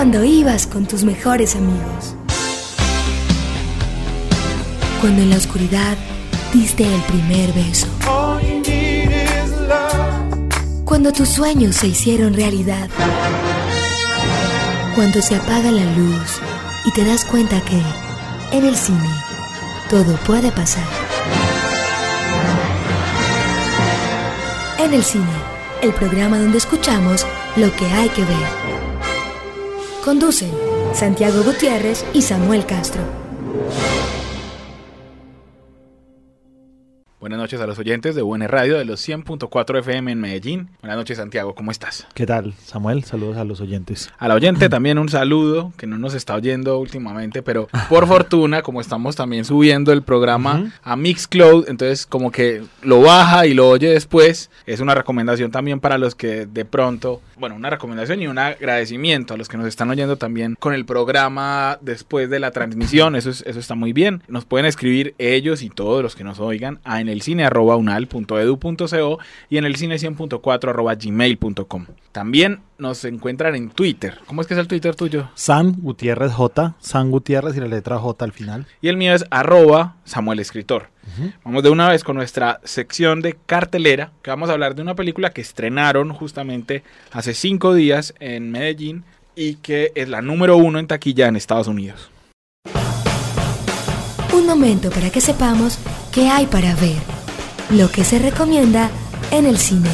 cuando ibas con tus mejores amigos. Cuando en la oscuridad diste el primer beso. Cuando tus sueños se hicieron realidad. Cuando se apaga la luz y te das cuenta que en el cine todo puede pasar. En el cine, el programa donde escuchamos lo que hay que ver. Conducen Santiago Gutiérrez y Samuel Castro. Buenas noches a los oyentes de UN Radio de los 100.4 FM en Medellín. Buenas noches, Santiago, ¿cómo estás? ¿Qué tal, Samuel? Saludos a los oyentes. A la oyente también un saludo, que no nos está oyendo últimamente, pero por fortuna, como estamos también subiendo el programa a Mixcloud, entonces como que lo baja y lo oye después. Es una recomendación también para los que de pronto, bueno, una recomendación y un agradecimiento a los que nos están oyendo también con el programa después de la transmisión. Eso está muy bien. Nos pueden escribir ellos y todos los que nos oigan a enelcine@unal.edu.co y en el cine100.4@gmail.com. También nos encuentran en Twitter. ¿Cómo es que es el Twitter tuyo? San Gutiérrez J, San Gutiérrez y la letra J al final. Y el mío es @SamuelEscritor. Vamos de una vez con nuestra sección de cartelera, que vamos a hablar de una película que estrenaron justamente hace 5 días en Medellín y que es la número 1 en taquilla en Estados Unidos. Un momento para que sepamos qué hay para ver, lo que se recomienda en el cine.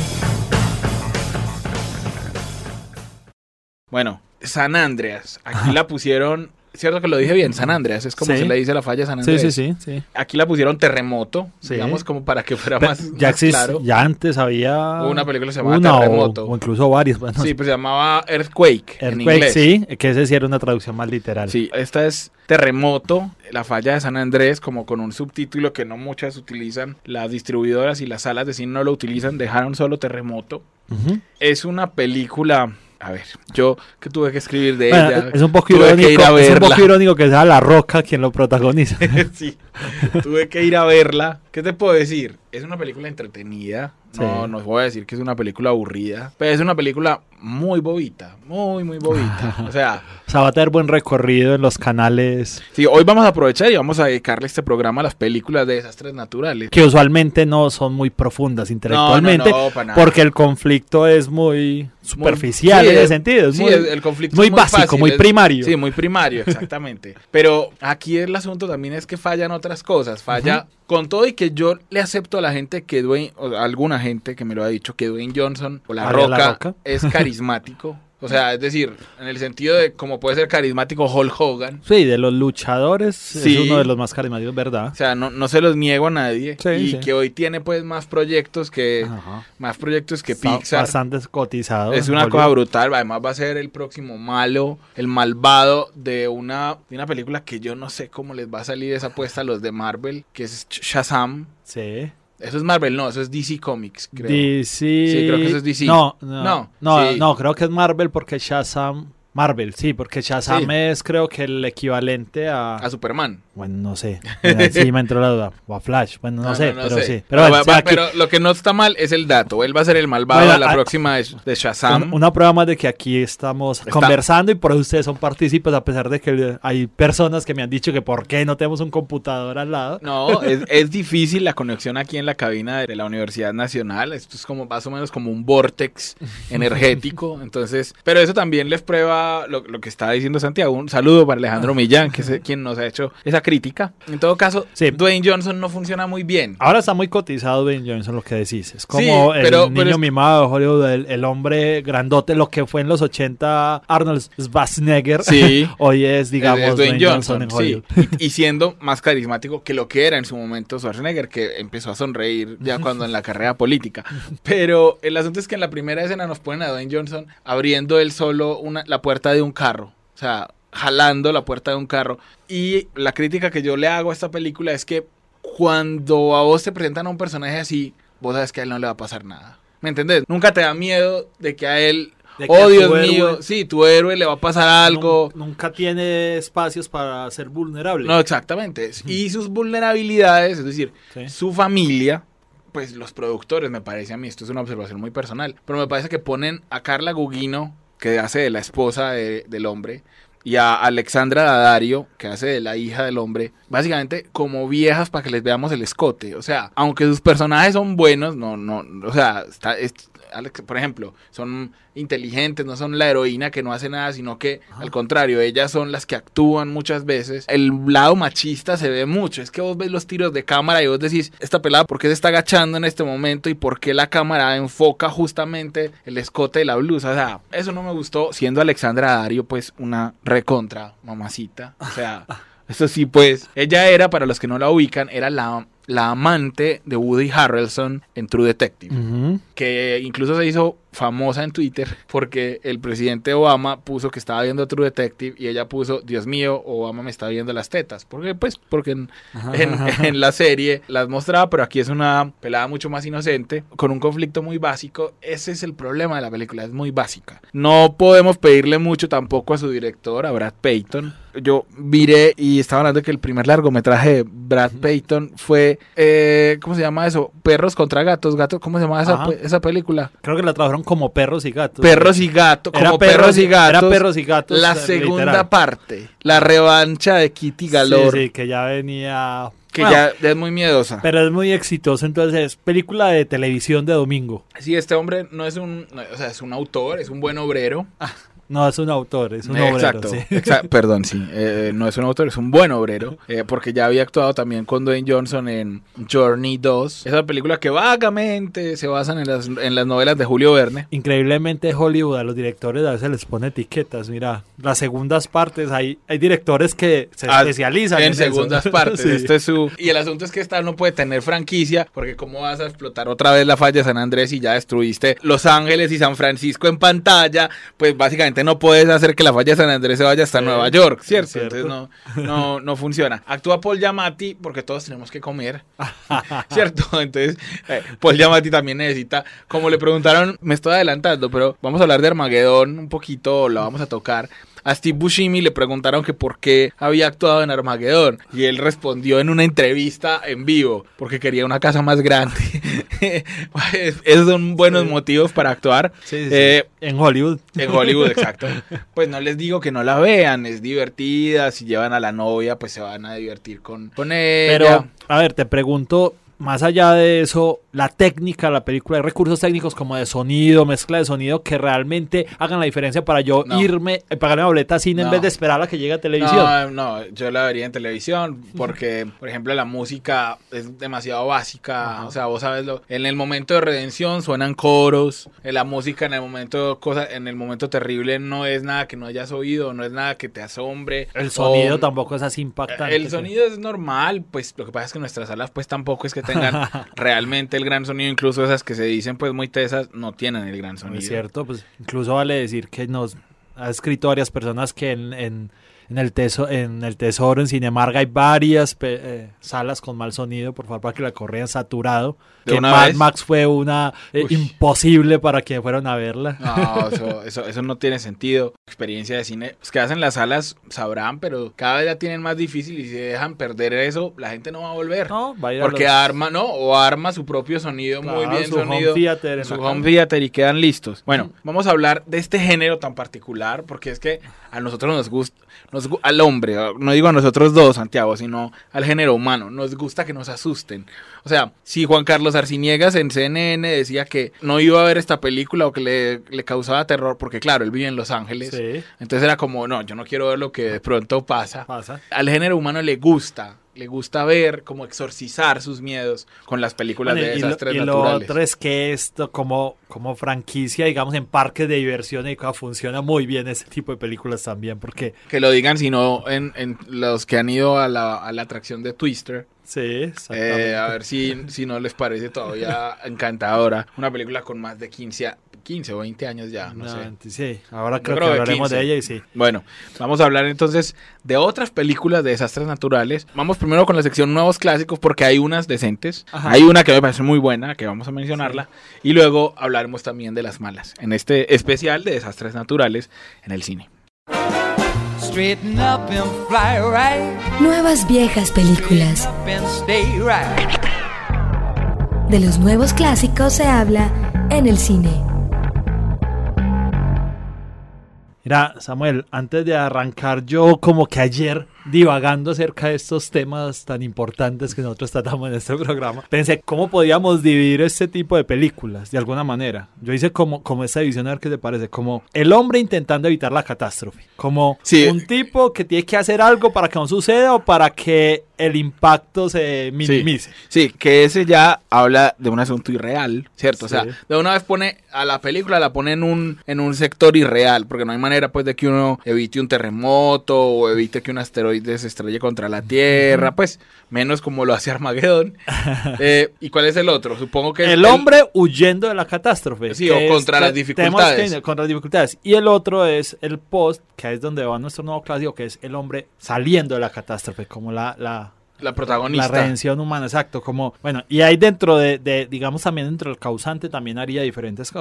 Bueno, San Andreas, aquí la pusieron, cierto que lo dije bien, San Andreas, es como se le dice la falla San Andreas. Sí. Aquí la pusieron Terremoto, digamos como para que fuera más claro. Ya antes había una película que se llamaba Terremoto. O incluso varias. Bueno, sí, pues se llamaba Earthquake en inglés. Sí, que ese sí era una traducción más literal. Sí, esta es Terremoto, la falla de San Andrés, como con un subtítulo que no muchas utilizan, las distribuidoras y las salas de cine no lo utilizan, dejaron solo Terremoto. Es una película... A ver, yo que tuve que escribir de ella. Es un poco irónico que sea La Roca quien lo protagoniza. Sí, tuve que ir a verla. ¿Qué te puedo decir? Es una película entretenida. No os voy a decir que es una película aburrida, pero es una película muy bobita, muy bobita. O sea, va a tener buen recorrido en los canales. Sí, hoy vamos a aprovechar y vamos a dedicarle este programa a las películas de desastres naturales. Que usualmente no son muy profundas intelectualmente, no, para nada. Porque el conflicto es muy superficial en ese sentido. El conflicto muy es muy básico, fácil, muy primario. Sí, muy primario, exactamente. Pero aquí el asunto también es que fallan otras cosas. Falla con todo y que yo le acepto a la gente que a alguna gente que me lo ha dicho, que Dwayne Johnson o La Roca es carismático. O sea, es decir, en el sentido de cómo puede ser carismático Hulk Hogan. Sí, de los luchadores es uno de los más carismáticos, ¿verdad? O sea, no se los niego a nadie. Que hoy tiene pues más proyectos que Pixar. Bastante cotizado. Es una cosa brutal. Además va a ser el próximo el malvado de una película que yo no sé cómo les va a salir esa apuesta a los de Marvel, que es Shazam. Sí. Eso es Marvel, no, eso es DC Comics, creo. DC... Sí, creo que eso es DC. No, creo que es Marvel porque Shazam... Marvel, sí, porque Shazam es creo que el equivalente a Superman. Bueno, no sé. Sí, me entró la duda. O a Flash. Bueno, no sé, pero sé. Sí. Pero lo que no está mal es el dato. Él va a ser el malvado de la próxima de Shazam. Una prueba más de que aquí estamos conversando y por eso ustedes son partícipes, a pesar de que hay personas que me han dicho que por qué no tenemos un computador al lado. No, es difícil la conexión aquí en la cabina de la Universidad Nacional. Esto es como más o menos como un vórtex energético. Entonces, pero eso también les prueba lo que estaba diciendo Santiago. Un saludo para Alejandro Millán, que es quien nos ha hecho esa crítica. En todo caso, Dwayne Johnson no funciona muy bien. Ahora está muy cotizado Dwayne Johnson, lo que decís. Es como el niño mimado de Hollywood, el hombre grandote, lo que fue en los 80 Arnold Schwarzenegger. Sí. Hoy es, digamos, es Dwayne Johnson en Hollywood. Sí. Y siendo más carismático que lo que era en su momento Schwarzenegger, que empezó a sonreír ya cuando en la carrera política. Pero el asunto es que en la primera escena nos ponen a Dwayne Johnson abriendo él solo la puerta de un carro. O sea, jalando la puerta de un carro. Y la crítica que yo le hago a esta película es que cuando a vos te presentan a un personaje así, vos sabes que a él no le va a pasar nada. ¿Me entendés? Nunca te da miedo de que a él... Dios mío, sí, tu héroe le va a pasar algo. Nunca tiene espacios para ser vulnerable. No, exactamente. Y sus vulnerabilidades, es decir, su familia, pues los productores, me parece a mí, esto es una observación muy personal, pero me parece que ponen a Carla Gugino que hace de la esposa del hombre, y a Alexandra Daddario, que hace de la hija del hombre, básicamente como viejas para que les veamos el escote. O sea, aunque sus personajes son buenos, o sea, por ejemplo, son inteligentes, no son la heroína que no hace nada, sino que al contrario, ellas son las que actúan muchas veces. El lado machista se ve mucho, es que vos ves los tiros de cámara y vos decís, esta pelada, ¿por qué se está agachando en este momento? Y ¿por qué la cámara enfoca justamente el escote de la blusa? O sea, eso no me gustó, siendo Alexandra Daddario pues una recontra mamacita, o sea, eso sí, pues, ella era, para los que no la ubican, era la amante de Woody Harrelson en True Detective, que incluso se hizo famosa en Twitter porque el presidente Obama puso que estaba viendo True Detective y ella puso, Dios mío, Obama me está viendo las tetas. Porque en la serie las mostraba, pero aquí es una pelada mucho más inocente, con un conflicto muy básico. Ese es el problema de la película, es muy básica. No podemos pedirle mucho tampoco a su director, a Brad Peyton. Yo miré y estaba hablando de que el primer largometraje de Brad Peyton fue, ¿cómo se llama eso? Perros contra gatos, ¿cómo se llama esa película? Creo que la trabajaron como Perros y Gatos. Perros y Gatos, como Perros y Gatos. Era Perros y Gatos. La segunda parte, la revancha de Kitty Galore. Sí, que ya venía... Que ya es muy miedosa. Pero es muy exitosa, entonces es película de televisión de domingo. Sí, este hombre no es es un autor, es un buen obrero. No, es un autor, es un obrero. Exacto, perdón, sí. No es un autor, es un buen obrero. Porque ya había actuado también con Dwayne Johnson en Journey 2. Esa película que vagamente se basan en las novelas de Julio Verne. Increíblemente Hollywood a los directores a veces les pone etiquetas. Mira, las segundas partes, hay directores que se especializan en segundas partes. Sí. Y el asunto es que esta no puede tener franquicia, porque cómo vas a explotar otra vez la falla de San Andrés y ya destruiste Los Ángeles y San Francisco en pantalla. Pues básicamente no puedes hacer que la falla de San Andrés se vaya hasta Nueva York, ¿cierto? Entonces no funciona. Actúa Paul Giamatti porque todos tenemos que comer, ¿cierto? Entonces Paul Giamatti también necesita, como le preguntaron, me estoy adelantando, pero vamos a hablar de Armagedón un poquito, lo vamos a tocar. A Steve Buscemi le preguntaron que por qué había actuado en Armagedón y él respondió en una entrevista en vivo porque quería una casa más grande. Esos son buenos motivos para actuar. Sí. En Hollywood. En Hollywood, exacto. Pues no les digo que no la vean, es divertida. Si llevan a la novia, pues se van a divertir con ella. Pero, a ver, te pregunto, más allá de eso, la técnica de la película, hay recursos técnicos como de sonido, mezcla de sonido que realmente hagan la diferencia para yo irme, pagar una boleta a cine en vez de esperar a que llegue a televisión. No, yo la vería en televisión porque, por ejemplo, la música es demasiado básica. O sea, vos sabes, en el momento de redención suenan coros, la música en el momento terrible no es nada que no hayas oído, no es nada que te asombre. El sonido tampoco es así impactante. El sonido es normal, pues lo que pasa es que nuestras salas pues tampoco es que tengan realmente el gran sonido, incluso esas que se dicen pues muy tesas no tienen el gran sonido. Es cierto, pues incluso vale decir que nos ha escrito varias personas que en el Tesoro, en Cinemarga hay varias salas con mal sonido, por favor, para que la corrieran saturado. Que Mad Max fue una imposible para quienes fueron a verla. No, eso no tiene sentido. Experiencia de cine, los que hacen las salas sabrán, pero cada vez la tienen más difícil y si dejan perder eso, la gente no va a volver. No, va a ir porque arma su propio sonido, muy bien su sonido. Su home theater y quedan listos. Bueno, vamos a hablar de este género tan particular, porque es que a nosotros nos gusta, al hombre, no digo a nosotros dos, Santiago, sino al género humano, nos gusta que nos asusten. O sea, si Juan Carlos Arciniegas en CNN decía que no iba a ver esta película o que le causaba terror, porque claro, él vive en Los Ángeles, entonces era como, no, yo no quiero ver lo que de pronto pasa. Al género humano le gusta ver, como exorcizar sus miedos con las películas de desastres naturales. Y lo otro es que esto como franquicia, digamos, en parques de diversión y funciona muy bien ese tipo de películas también, porque... Que lo digan, sino en los que han ido a la atracción de Twister. Sí, exactamente. A ver si no les parece todavía encantadora. Una película con más de 15 o 20 años ya, no sé. Sí, ahora creo que hablaremos de ella y sí. Bueno, vamos a hablar entonces de otras películas de desastres naturales. Vamos primero con la sección nuevos clásicos porque hay unas decentes. Ajá. Hay una que me parece muy buena, que vamos a mencionarla. Sí. Y luego hablaremos también de las malas, en este especial de desastres naturales en el cine. Nuevas viejas películas. De los nuevos clásicos se habla en el cine. Mira, Samuel, antes de arrancar, yo como que ayer, divagando acerca de estos temas tan importantes que nosotros tratamos en este programa, pensé cómo podíamos dividir este tipo de películas de alguna manera. Yo hice como esta división, a ver qué te parece, como el hombre intentando evitar la catástrofe, como un tipo que tiene que hacer algo para que no suceda o para que el impacto se minimice. Sí, que ese ya habla de un asunto irreal, ¿cierto? Sí. O sea, de una vez pone a la película, la pone en un sector irreal, porque no hay manera pues de que uno evite un terremoto o evite que un asteroide se estrelle contra la Tierra, pues menos como lo hace Armagedón. ¿Y cuál es el otro? Supongo que el hombre huyendo de la catástrofe. Sí, o contra las dificultades. Contra las dificultades. Y el otro es el post, que es donde va nuestro nuevo clásico, que es el hombre saliendo de la catástrofe, como la protagonista. La redención humana, exacto. Como, bueno, y ahí dentro de digamos, también dentro del causante también haría diferentes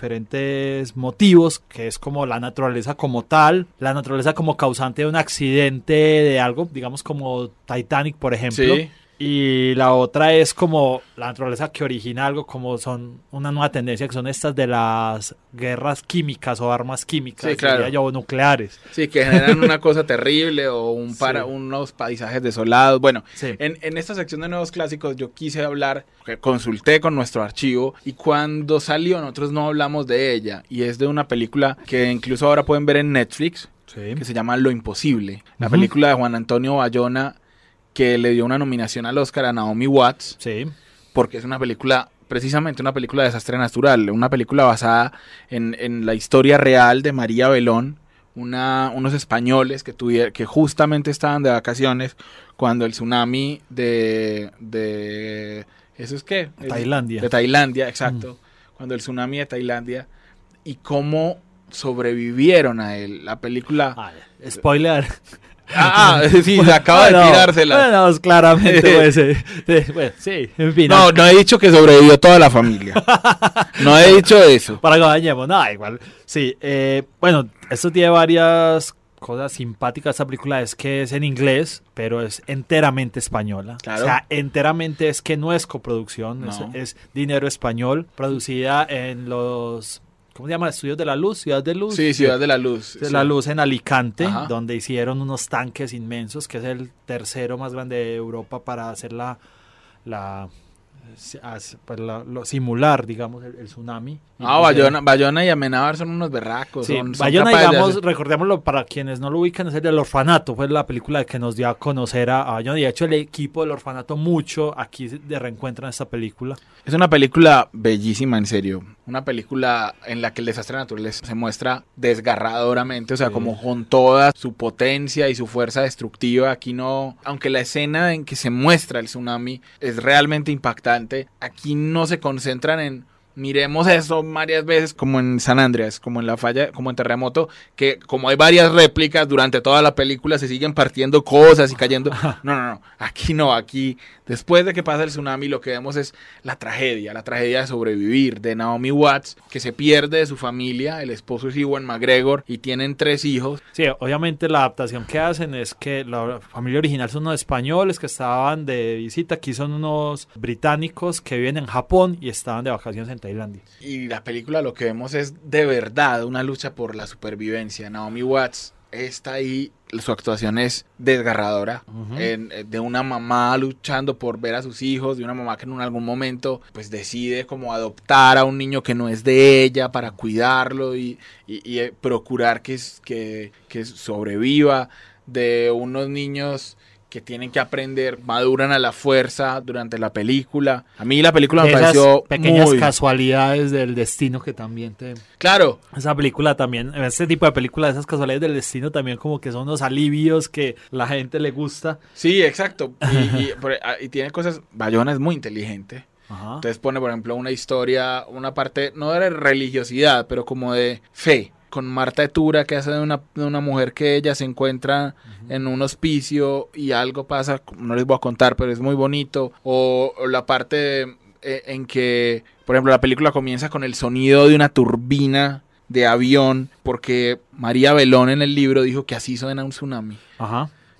motivos, que es como la naturaleza como tal, la naturaleza como causante de un accidente, de algo, digamos como Titanic, por ejemplo. Sí. Y la otra es como la naturaleza que origina algo, como son una nueva tendencia, que son estas de las guerras químicas o armas químicas, sí, claro, o nucleares. Sí, que generan una cosa terrible o unos paisajes desolados. Bueno, sí. En esta sección de nuevos clásicos yo quise hablar, consulté con nuestro archivo y cuando salió nosotros no hablamos de ella. Y es de una película que incluso ahora pueden ver en Netflix, sí, que se llama Lo Imposible. La película de Juan Antonio Bayona, que le dio una nominación al Oscar a Naomi Watts, sí, porque es una película, precisamente una película de desastre natural, una película basada en la historia real de María Belón, unos españoles que justamente estaban de vacaciones cuando el tsunami de ¿eso es qué? Tailandia. De Tailandia, exacto. Cuando el tsunami de Tailandia y cómo sobrevivieron a él. La película... Spoiler. Sí, acaba de tirársela. Bueno, claramente, pues, bueno, sí, en fin. No he dicho que sobrevivió toda la familia. No he dicho eso. Para que vayamos, nada, igual. Sí, bueno, esto tiene varias cosas simpáticas. Esta película es que es en inglés, pero es enteramente española. Claro. O sea, enteramente es que no es coproducción, no. Es dinero español, producida en los... ¿Cómo se llama? ¿Estudios de la Luz? ¿Ciudad de Luz? Sí, Ciudad de la Luz. De la Luz en Alicante, ajá, donde hicieron unos tanques inmensos, que es el tercero más grande de Europa para hacer simular, digamos, el tsunami. Bayona y Amenábar son unos berracos. Sí, Bayona, digamos, recordémoslo para quienes no lo ubican, es el del orfanato, fue la película que nos dio a conocer a Bayona, y de hecho el equipo del orfanato mucho aquí de reencuentran esta película. Es una película bellísima, en serio. Una película en la que el desastre natural se muestra desgarradoramente, o sea, sí, como con toda su potencia y su fuerza destructiva. Aquí no, aunque la escena en que se muestra el tsunami es realmente impactante, aquí no se concentran en miremos eso varias veces como en San Andreas, como en La Falla, como en Terremoto, que como hay varias réplicas durante toda la película se siguen partiendo cosas y cayendo. No, aquí no, aquí después de que pasa el tsunami lo que vemos es la tragedia de sobrevivir de Naomi Watts, que se pierde de su familia, el esposo es Ewan McGregor y tienen 3 hijos. Sí, obviamente la adaptación que hacen es que la familia original son unos españoles que estaban de visita, aquí son unos británicos que viven en Japón y estaban de vacaciones en Tailandia. Y la película lo que vemos es de verdad una lucha por la supervivencia. Naomi Watts está ahí, su actuación es desgarradora, uh-huh, de una mamá luchando por ver a sus hijos, de una mamá que en algún momento pues decide como adoptar a un niño que no es de ella para cuidarlo y procurar que sobreviva, de unos niños que tienen que aprender, maduran a la fuerza durante la película. A mí la película me pareció pequeñas casualidades del destino que también Claro. Esa película también, este tipo de películas, esas casualidades del destino también como que son unos alivios que la gente le gusta. Sí, exacto. Y tiene cosas... Bayona es muy inteligente. Ajá. Entonces pone, por ejemplo, una historia, una parte, no de religiosidad, pero como de fe. Con Marta Etura, que hace de una mujer que ella se encuentra, uh-huh, en un hospicio y algo pasa, no les voy a contar, pero es muy bonito. O la parte en que, por ejemplo, la película comienza con el sonido de una turbina de avión, porque María Belón en el libro dijo que así suena un tsunami. Ajá.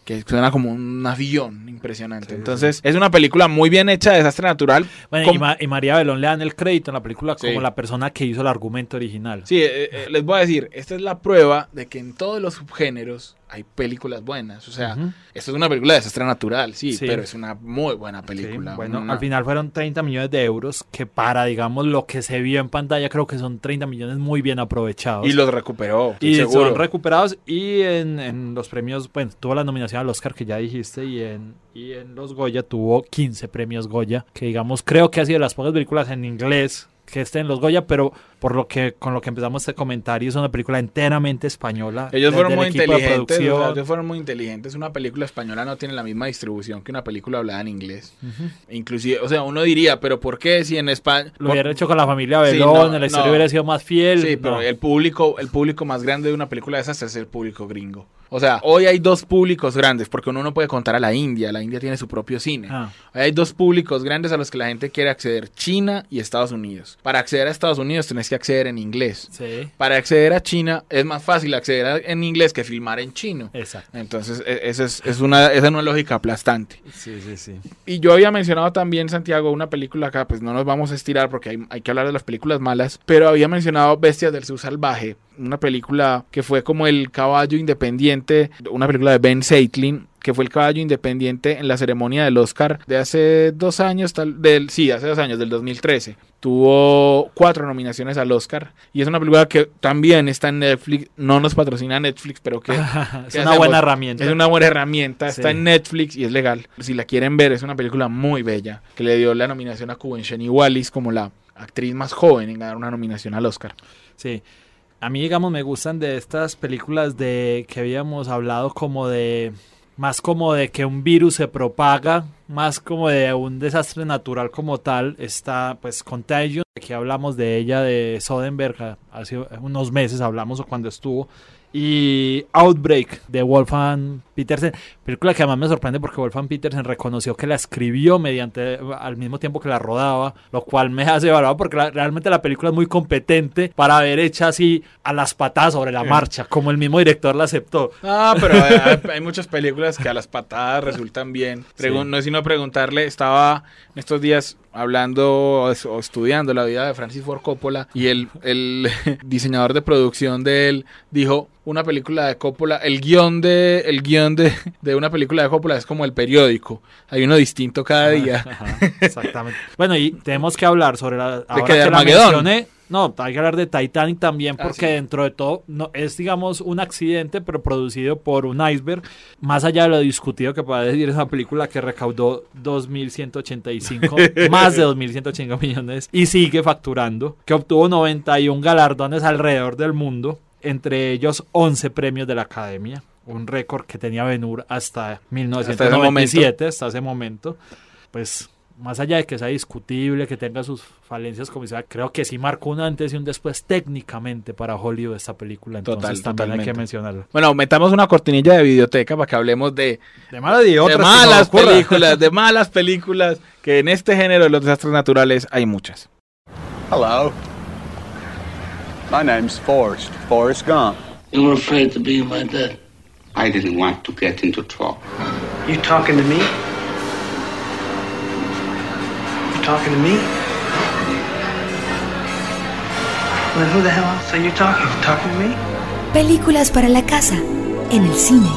que suena como un avión impresionante. Entonces, es una película muy bien hecha de desastre natural. Bueno, y María Belón le dan el crédito en la película como la persona que hizo el argumento original. Sí, les voy a decir, esta es la prueba de que en todos los subgéneros hay películas buenas. O sea, esto es una película de desastre natural, sí, pero es una muy buena película. Bueno, al final fueron 30 millones de euros, que para, digamos, lo que se vio en pantalla, creo que son 30 millones muy bien aprovechados. Y los recuperó, y seguro. Son recuperados, y en los premios, bueno, tuvo la nominación al Oscar, que ya dijiste, y en los Goya tuvo 15 premios Goya, que digamos, creo que ha sido de las pocas películas en inglés que estén en los Goya, pero con lo que empezamos este comentario, es una película enteramente española. Ellos fueron muy inteligentes, ellos fueron muy inteligentes. Una película española no tiene la misma distribución que una película hablada en inglés. Inclusive, o sea, uno diría, pero ¿por qué si en España? Lo hubiera hecho con la familia Belón, la historia hubiera sido más fiel. Sí, pero el público más grande de una película de esas es el público gringo. O sea, hoy hay dos públicos grandes, porque uno no puede contar a la India tiene su propio cine. Hoy hay dos públicos grandes a los que la gente quiere acceder, China y Estados Unidos. Para acceder a Estados Unidos tenés que acceder en inglés. Sí. Para acceder a China es más fácil acceder en inglés que filmar en chino. Exacto. Entonces, esa es una lógica aplastante. Sí. Y yo había mencionado también, Santiago, una película acá, pues no nos vamos a estirar porque hay que hablar de las películas malas, pero había mencionado Bestias del Sur Salvaje, una película que fue como el caballo independiente, una película de Ben Seitlin, que fue el caballo independiente en la ceremonia del Oscar de hace 2 años, hace 2 años, del 2013. Tuvo 4 nominaciones al Oscar y es una película que también está en Netflix, no nos patrocina Netflix, pero que es una buena herramienta. Es una buena herramienta, está en Netflix y es legal. Si la quieren ver, es una película muy bella, que le dio la nominación a Quentin Wallis como la actriz más joven en ganar una nominación al Oscar. Sí. A mí, digamos, me gustan de estas películas que habíamos hablado más como de que un virus se propaga, más como de un desastre natural como tal. Está pues Contagion, aquí hablamos de ella, de Soderbergh, hace unos meses hablamos, o cuando estuvo, y Outbreak de Wolfgang Petersen, película que además me sorprende porque Wolfgang Petersen reconoció que la escribió al mismo tiempo que la rodaba, lo cual me hace valorar porque realmente la película es muy competente para haber hecho así a las patadas sobre la marcha, como el mismo director la aceptó. Pero hay muchas películas que a las patadas resultan bien. No es sino preguntarle, estaba en estos días hablando o estudiando la vida de Francis Ford Coppola, y el diseñador de producción de él dijo, una película de Coppola, el guión de una película de Coppola es como el periódico, hay uno distinto cada día. Exactamente. Bueno, y tenemos que hablar sobre ahora que la mencioné. No, hay que hablar de Titanic también, porque dentro de todo no es, digamos, un accidente, pero producido por un iceberg. Más allá de lo discutido que puede decir esa película, que recaudó 2.185, más de 2.185 millones, y sigue facturando, que obtuvo 91 galardones alrededor del mundo, entre ellos 11 premios de la Academia, un récord que tenía Ben-Hur hasta 1997, hasta ese momento. Pues más allá de que sea discutible, que tenga sus falencias como sea, creo que sí marcó un antes y un después técnicamente para Hollywood esta película, entonces también hay que mencionarlo. Bueno, metamos una cortinilla de videoteca para que hablemos de malas películas, que en este género de los desastres naturales hay muchas. Hello. My name's Forrest Gump. You were afraid to be my dad. I didn't want to get into trouble. You talking to me? Talking to me? Well, who the hell else are you talking? Talking to me? Películas para la casa, en el cine.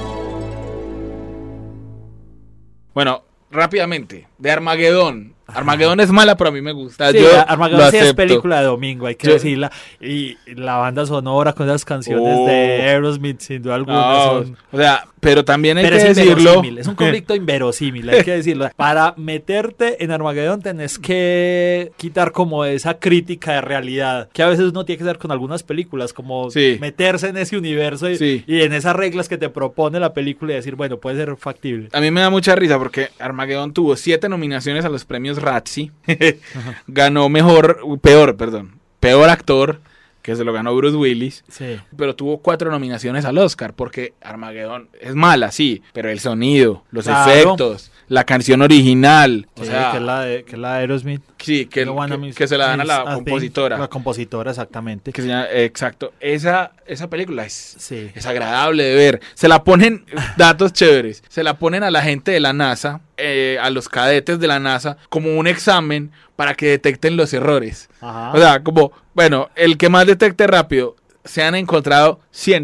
Bueno, rápidamente, de Armagedón. Armagedón es mala, pero a mí me gusta. Sí, Armagedón sí es película de domingo, hay que decirla. Y la banda sonora con esas canciones de Aerosmith, sin duda alguna. O sea, pero también hay que decirlo. Es un conflicto inverosímil, hay que decirlo. Para meterte en Armagedón tenés que quitar como esa crítica de realidad, que a veces uno tiene que hacer con algunas películas, como meterse en ese universo y en esas reglas que te propone la película y decir, bueno, puede ser factible. A mí me da mucha risa porque Armagedón tuvo 7 nominaciones a los premios Razzie. Ganó peor actor, que se lo ganó Bruce Willis. Sí. Pero tuvo 4 nominaciones al Oscar, porque Armageddon es mala, sí, pero el sonido, los efectos, la canción original, Sí, o sea, que es la de Aerosmith. sí, que se la dan a la compositora. La compositora, exactamente. Que se llama, exacto, esa película Sí. es agradable de ver. Se la ponen, datos chéveres, se la ponen a la gente de la NASA, a los cadetes de la NASA, como un examen para que detecten los errores. Ajá. O sea, como, bueno, el que más detecte rápido, se han encontrado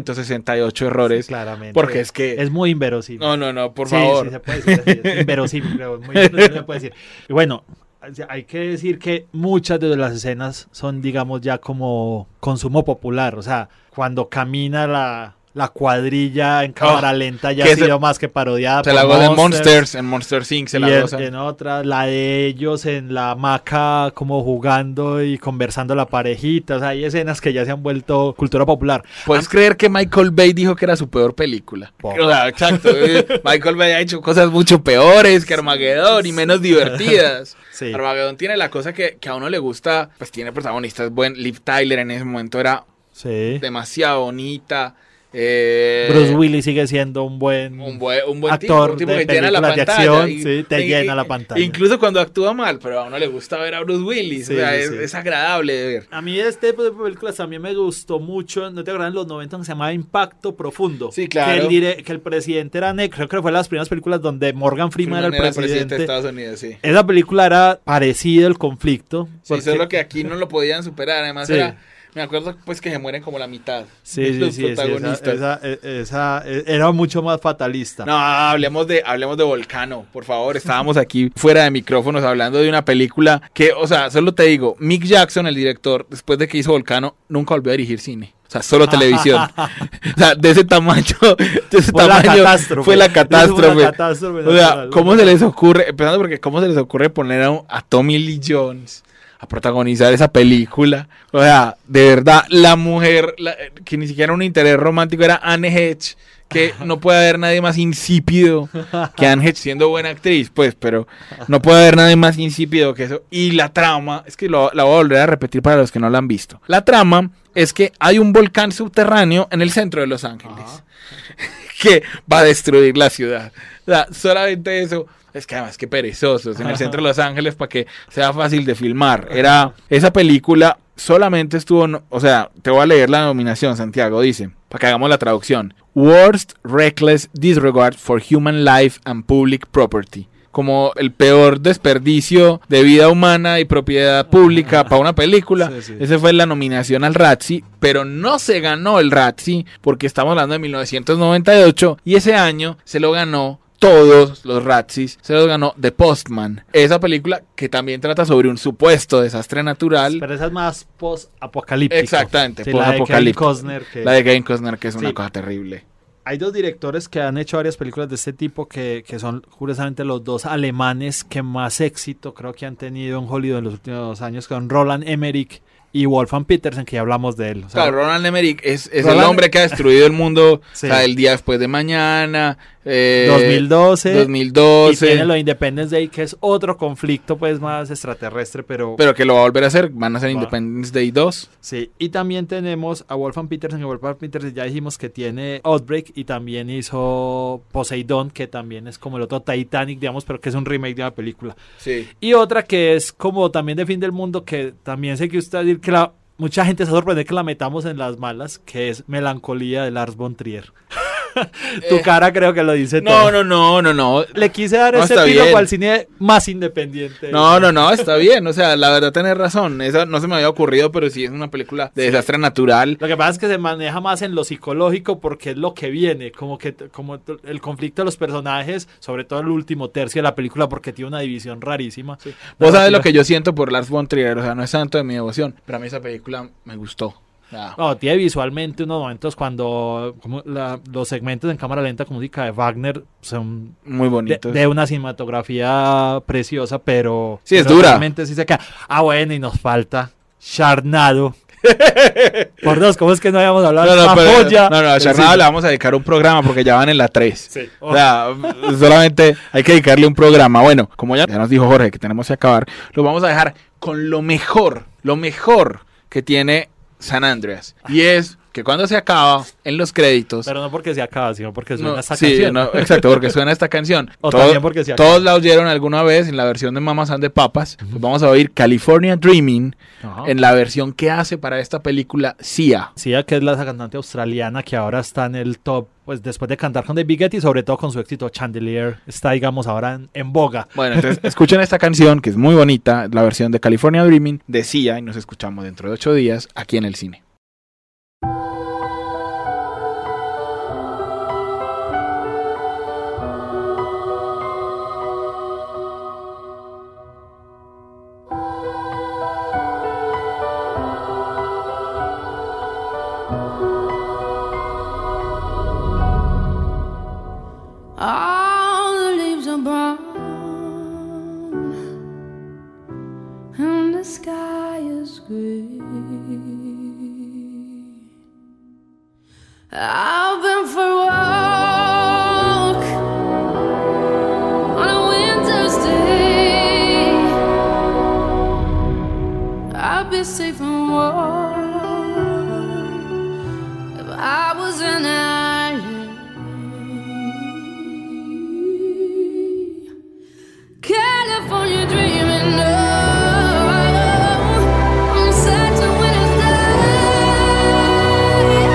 168 errores. Sí, claramente. Porque es que... Es muy inverosímil. No, por Sí, favor. Sí, se puede decir así, es inverosímil, pero muy inverosímil se puede decir. Y bueno, hay que decir que muchas de las escenas son, digamos, ya como consumo popular. O sea, cuando camina la cuadrilla en cámara lenta ya ha sido más que parodiada. Se la goza en Monsters, en Monsters Inc. se la goza. En otra, la de ellos en la hamaca como jugando y conversando la parejita. O sea, hay escenas que ya se han vuelto cultura popular. ¿Puedes creer que Michael Bay dijo que era su peor película? O sea, exacto. Michael Bay ha hecho cosas mucho peores que Armageddon y menos divertidas. Sí. Armageddon tiene la cosa que a uno le gusta, pues tiene protagonistas buenos. Liv Tyler en ese momento era demasiado bonita. Bruce Willis sigue siendo un buen actor, tipo de que llena la pantalla, acción, llena la pantalla. Incluso cuando actúa mal, pero a uno le gusta ver a Bruce Willis, Sí, o sea, sí. es agradable de ver. A mí este tipo de películas también me gustó mucho, ¿no te acuerdas en los 90 que se llamaba Impacto Profundo? Sí, claro. Que el presidente era negro, creo que fue de las primeras películas donde Morgan Freeman era el presidente de Estados Unidos, sí. Esa película era parecida al conflicto. Sí, solo que aquí no lo podían superar, además era... Me acuerdo pues que se mueren como la mitad de los protagonistas. Esa era mucho más fatalista. No, hablemos de Volcano, por favor. Estábamos aquí fuera de micrófonos hablando de una película que, o sea, solo te digo, Mick Jackson, el director, después de que hizo Volcano, nunca volvió a dirigir cine. O sea, solo televisión. O sea, de ese tamaño fue la catástrofe. O sea, ¿cómo se les ocurre? Empezando porque ¿cómo se les ocurre poner a Tommy Lee Jones a protagonizar esa película? O sea, de verdad, la mujer, que ni siquiera un interés romántico, era Anne Hedge, que no puede haber nadie más insípido que Anne Hedge, siendo buena actriz, pues, pero no puede haber nadie más insípido que eso. Y la trama, es que la voy a volver a repetir para los que no la han visto. La trama es que hay un volcán subterráneo en el centro de Los Ángeles que va a destruir la ciudad. O sea, solamente eso. Es que además, qué perezosos en el centro de Los Ángeles para que sea fácil de filmar. Esa película solamente estuvo, o sea, te voy a leer la nominación, Santiago, dice, para que hagamos la traducción. Worst Reckless Disregard for Human Life and Public Property. Como el peor desperdicio de vida humana y propiedad pública para una película. Sí. Esa fue la nominación al Razzie, pero no se ganó el Razzie porque estamos hablando de 1998 y ese año se lo ganó todos los Razzies, se los ganó The Postman. Esa película que también trata sobre un supuesto desastre natural. Pero esa es más post-apocalíptico. Exactamente, sí, post-apocalíptico. La de Kevin Costner, que es una cosa terrible. Hay dos directores que han hecho varias películas de este tipo que son curiosamente los dos alemanes que más éxito creo que han tenido en Hollywood en los últimos años, con Roland Emmerich y Wolfgang Petersen, que ya hablamos de él. O sea, claro, Roland Emmerich es el hombre que ha destruido el mundo, sí. O sea, el día después de mañana, 2012. Y tiene lo de Independence Day, que es otro conflicto pues más extraterrestre, pero que lo va a volver a hacer, van a hacer Independence Day 2. Sí, y también tenemos a Wolfgang Petersen, ya dijimos que tiene Outbreak y también hizo Poseidón, que también es como el otro Titanic, digamos, pero que es un remake de la película. Sí. Y otra que es como también de Fin del Mundo, que también sé que usted va a decir que mucha gente se sorprende que la metamos en las malas, que es Melancolía de Lars von Trier. Tu cara creo que lo dice todo. No. Le quise dar ese piropo al cine más independiente. No, está bien. O sea, la verdad tenés razón. Esa no se me había ocurrido, pero sí es una película de desastre natural. Lo que pasa es que se maneja más en lo psicológico porque es lo que viene. Como el conflicto de los personajes, sobre todo el último tercio de la película, porque tiene una división rarísima. Sí. Vos sabés lo que yo siento por Lars von Trier. O sea, no es tanto de mi devoción, pero a mí esa película me gustó. No, tiene visualmente unos momentos cuando los segmentos en cámara lenta con música de Wagner son muy bonitos, de una cinematografía preciosa, pero sí, es dura. Realmente sí se queda. Bueno, y nos falta Sharknado. Por Dios, ¿cómo es que no habíamos hablado de esta joya? A Sharknado le vamos a dedicar un programa porque ya van en la 3. Sí. O sea, solamente hay que dedicarle un programa. Bueno, como ya nos dijo Jorge que tenemos que acabar, lo vamos a dejar con lo mejor que tiene San Andreas. Y es que cuando se acaba, en los créditos... Pero no porque se acaba, sino porque suena esta sí, canción. No, exacto, porque suena esta canción. O también porque se acaba. Todos la oyeron alguna vez en la versión de Mamas and the Papas. Pues vamos a oír California Dreaming en la versión que hace para esta película Sia. Sia, que es la cantante australiana que ahora está en el top, pues después de cantar con David Guetta y sobre todo con su éxito Chandelier, está, digamos, ahora en boga. Bueno, entonces escuchen esta canción que es muy bonita, la versión de California Dreaming de Sia, y nos escuchamos dentro de 8 días aquí en el cine. All the leaves are brown and the sky is gray. I've been for a walk on a winter's day. I'd be safe and warm if I was an island. California dreaming, no, I'm sad to when it's done.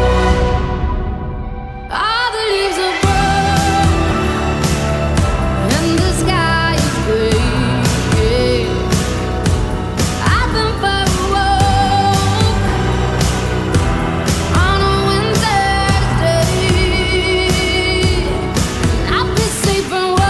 All the leaves are brown and the sky is gray. I've been for a walk on a winter's day. I'll be safe and warm.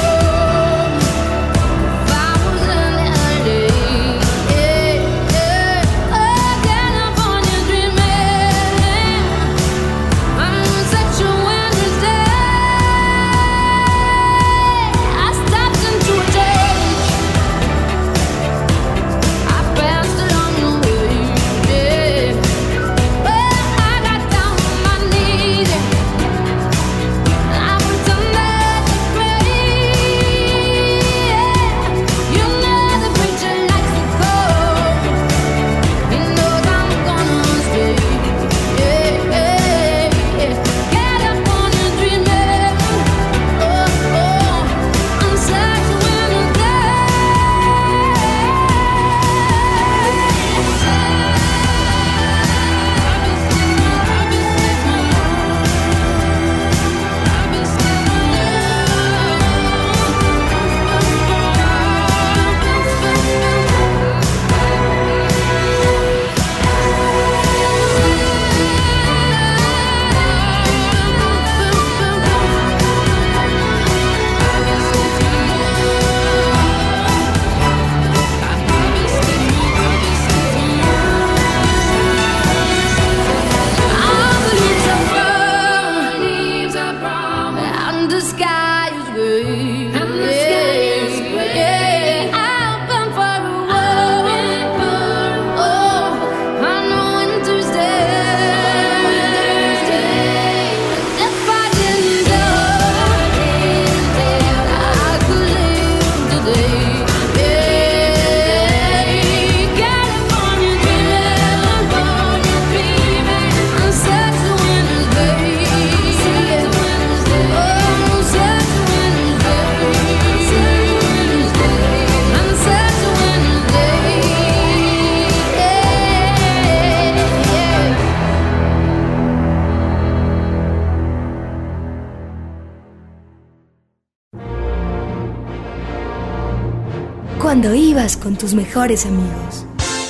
Cuando ibas con tus mejores amigos.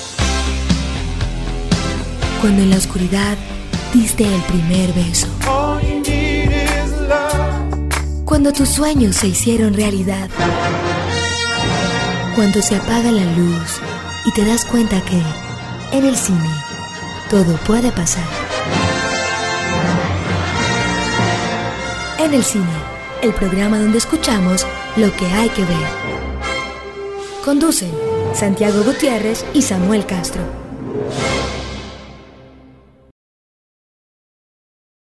Cuando en la oscuridad diste el primer beso. Cuando tus sueños se hicieron realidad. Cuando se apaga la luz y te das cuenta que en el cine todo puede pasar. En el cine, el programa donde escuchamos lo que hay que ver. Conducen Santiago Gutiérrez y Samuel Castro.